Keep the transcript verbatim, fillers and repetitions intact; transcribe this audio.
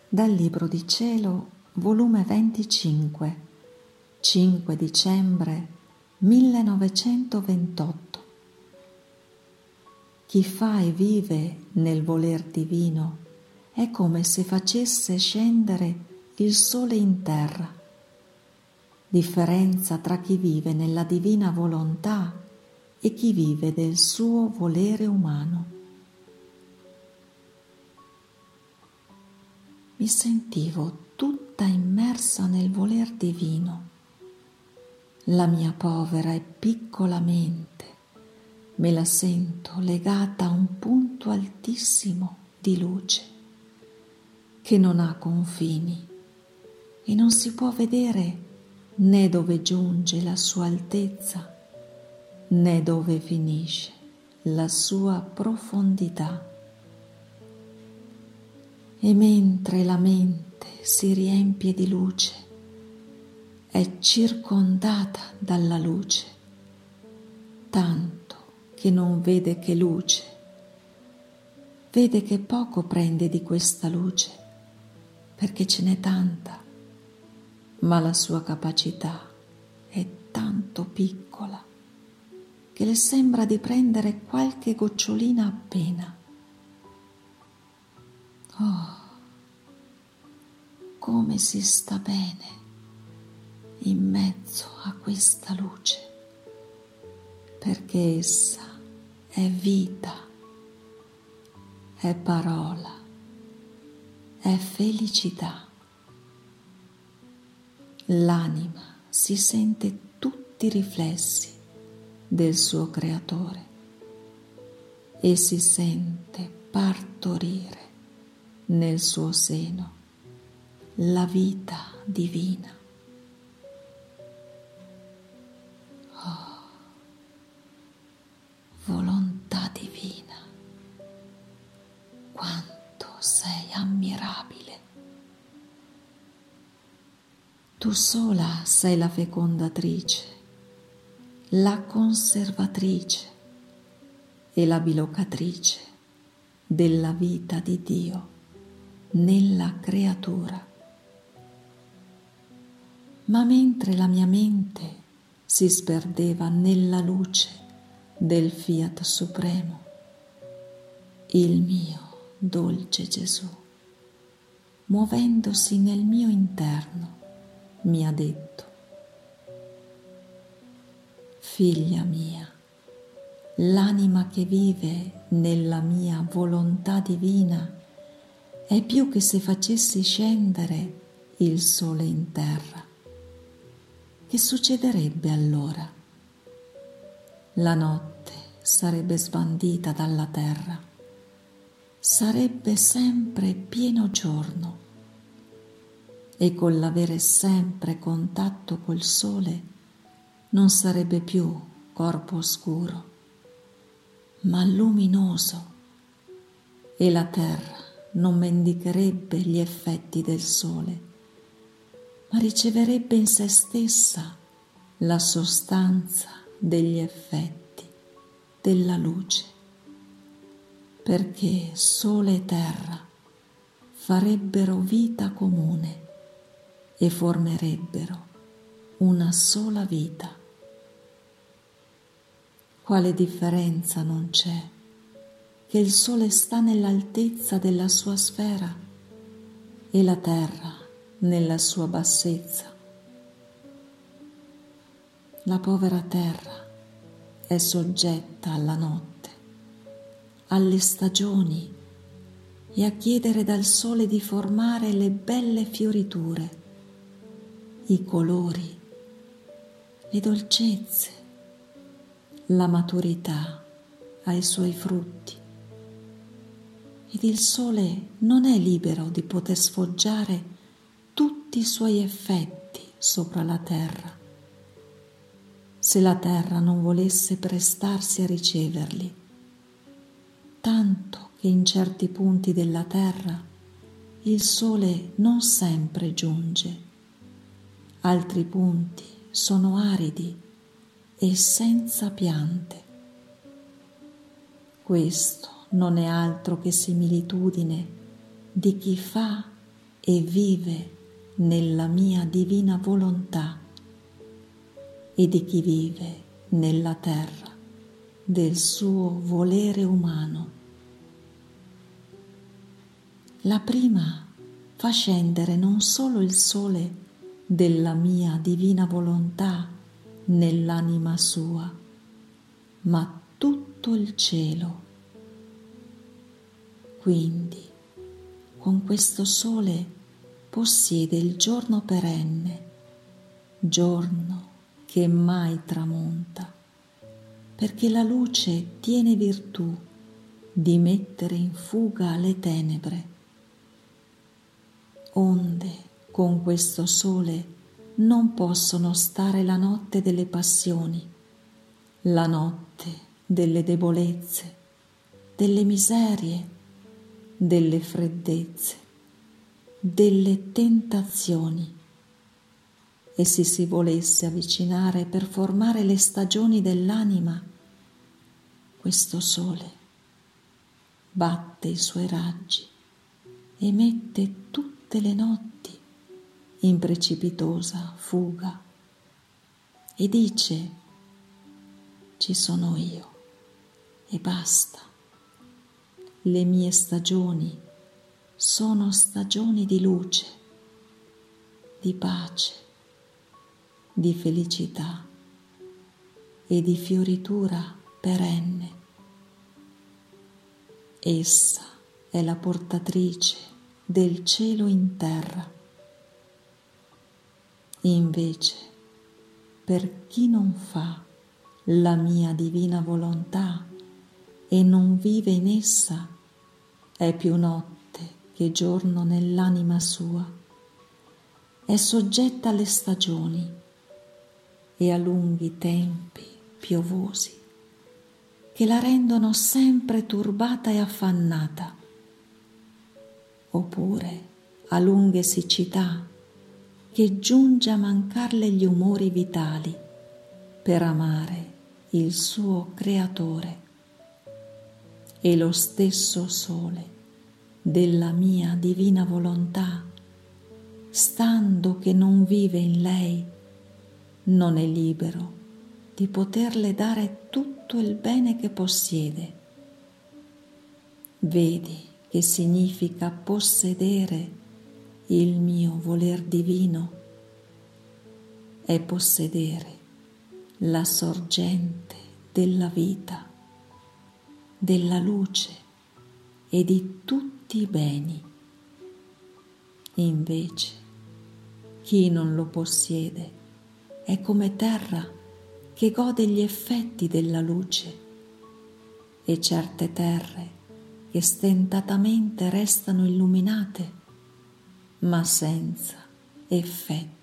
Dal Libro di Cielo, volume venticinque, cinque dicembre millenovecentoventotto. Chi fa e vive nel voler divino è come se facesse scendere il sole in terra. Differenza tra chi vive nella divina volontà e chi vive del suo volere umano. Mi sentivo tutta immersa nel voler divino. La mia povera e piccola mente me la sento legata a un punto altissimo di luce che non ha confini e non si può vedere né dove giunge la sua altezza né dove finisce la sua profondità. E mentre la mente si riempie di luce, è circondata dalla luce, tanto che non vede che luce, vede che poco prende di questa luce, perché ce n'è tanta, ma la sua capacità è tanto piccola che le sembra di prendere qualche gocciolina appena. Oh, come si sta bene in mezzo a questa luce, perché essa è vita, è parola, è felicità. L'anima si sente tutti i riflessi del suo creatore e si sente partorire nel suo seno la vita divina. Oh, volontà divina, quanto sei ammirabile. Tu sola sei la fecondatrice, la conservatrice e la bilocatrice della vita di Dio nella creatura. Ma mentre la mia mente si sperdeva nella luce del Fiat Supremo, il mio dolce Gesù, muovendosi nel mio interno, mi ha detto: figlia mia, l'anima che vive nella mia volontà divina è più che se facessi scendere il sole in terra. Che succederebbe allora? La notte sarebbe sbandita dalla terra, sarebbe sempre pieno giorno e con l'avere sempre contatto col sole non sarebbe più corpo oscuro, ma luminoso, e la terra non mendicherebbe gli effetti del sole, ma riceverebbe in se stessa la sostanza degli effetti della luce, perché sole e terra farebbero vita comune e formerebbero una sola vita. Quale differenza non c'è che il sole sta nell'altezza della sua sfera e la terra nella sua bassezza. La povera terra è soggetta alla notte, alle stagioni e a chiedere dal sole di formare le belle fioriture, i colori, le dolcezze, la maturità ai suoi frutti. Ed il sole non è libero di poter sfoggiare tutti i suoi effetti sopra la terra, se la terra non volesse prestarsi a riceverli, tanto che in certi punti della terra il sole non sempre giunge, altri punti sono aridi e senza piante. Questo non è altro che similitudine di chi fa e vive nella mia divina volontà e di chi vive nella terra del suo volere umano. La prima fa scendere non solo il sole della mia divina volontà nell'anima sua, ma tutto il cielo. Quindi, con questo sole possiede il giorno perenne, giorno che mai tramonta, perché la luce tiene virtù di mettere in fuga le tenebre. Onde con questo sole non possono stare la notte delle passioni, la notte delle debolezze, delle miserie, delle freddezze, delle tentazioni. E se si volesse avvicinare per formare le stagioni dell'anima, questo sole batte i suoi raggi e mette tutte le notti in precipitosa fuga e dice: ci sono io e basta. Le mie stagioni sono stagioni di luce, di pace, di felicità e di fioritura perenne. Essa è la portatrice del cielo in terra. Invece, per chi non fa la mia divina volontà e non vive in essa, è più notte che giorno nell'anima sua, è soggetta alle stagioni e a lunghi tempi piovosi che la rendono sempre turbata e affannata, oppure a lunghe siccità che giunge a mancarle gli umori vitali per amare il suo Creatore. E lo stesso sole della mia divina volontà, stando che non vive in lei, non è libero di poterle dare tutto il bene che possiede. Vedi che significa possedere il mio voler divino? È possedere la sorgente della vita, della luce e di tutti i beni. Invece, chi non lo possiede è come terra che gode gli effetti della luce, e certe terre che stentatamente restano illuminate, ma senza effetti.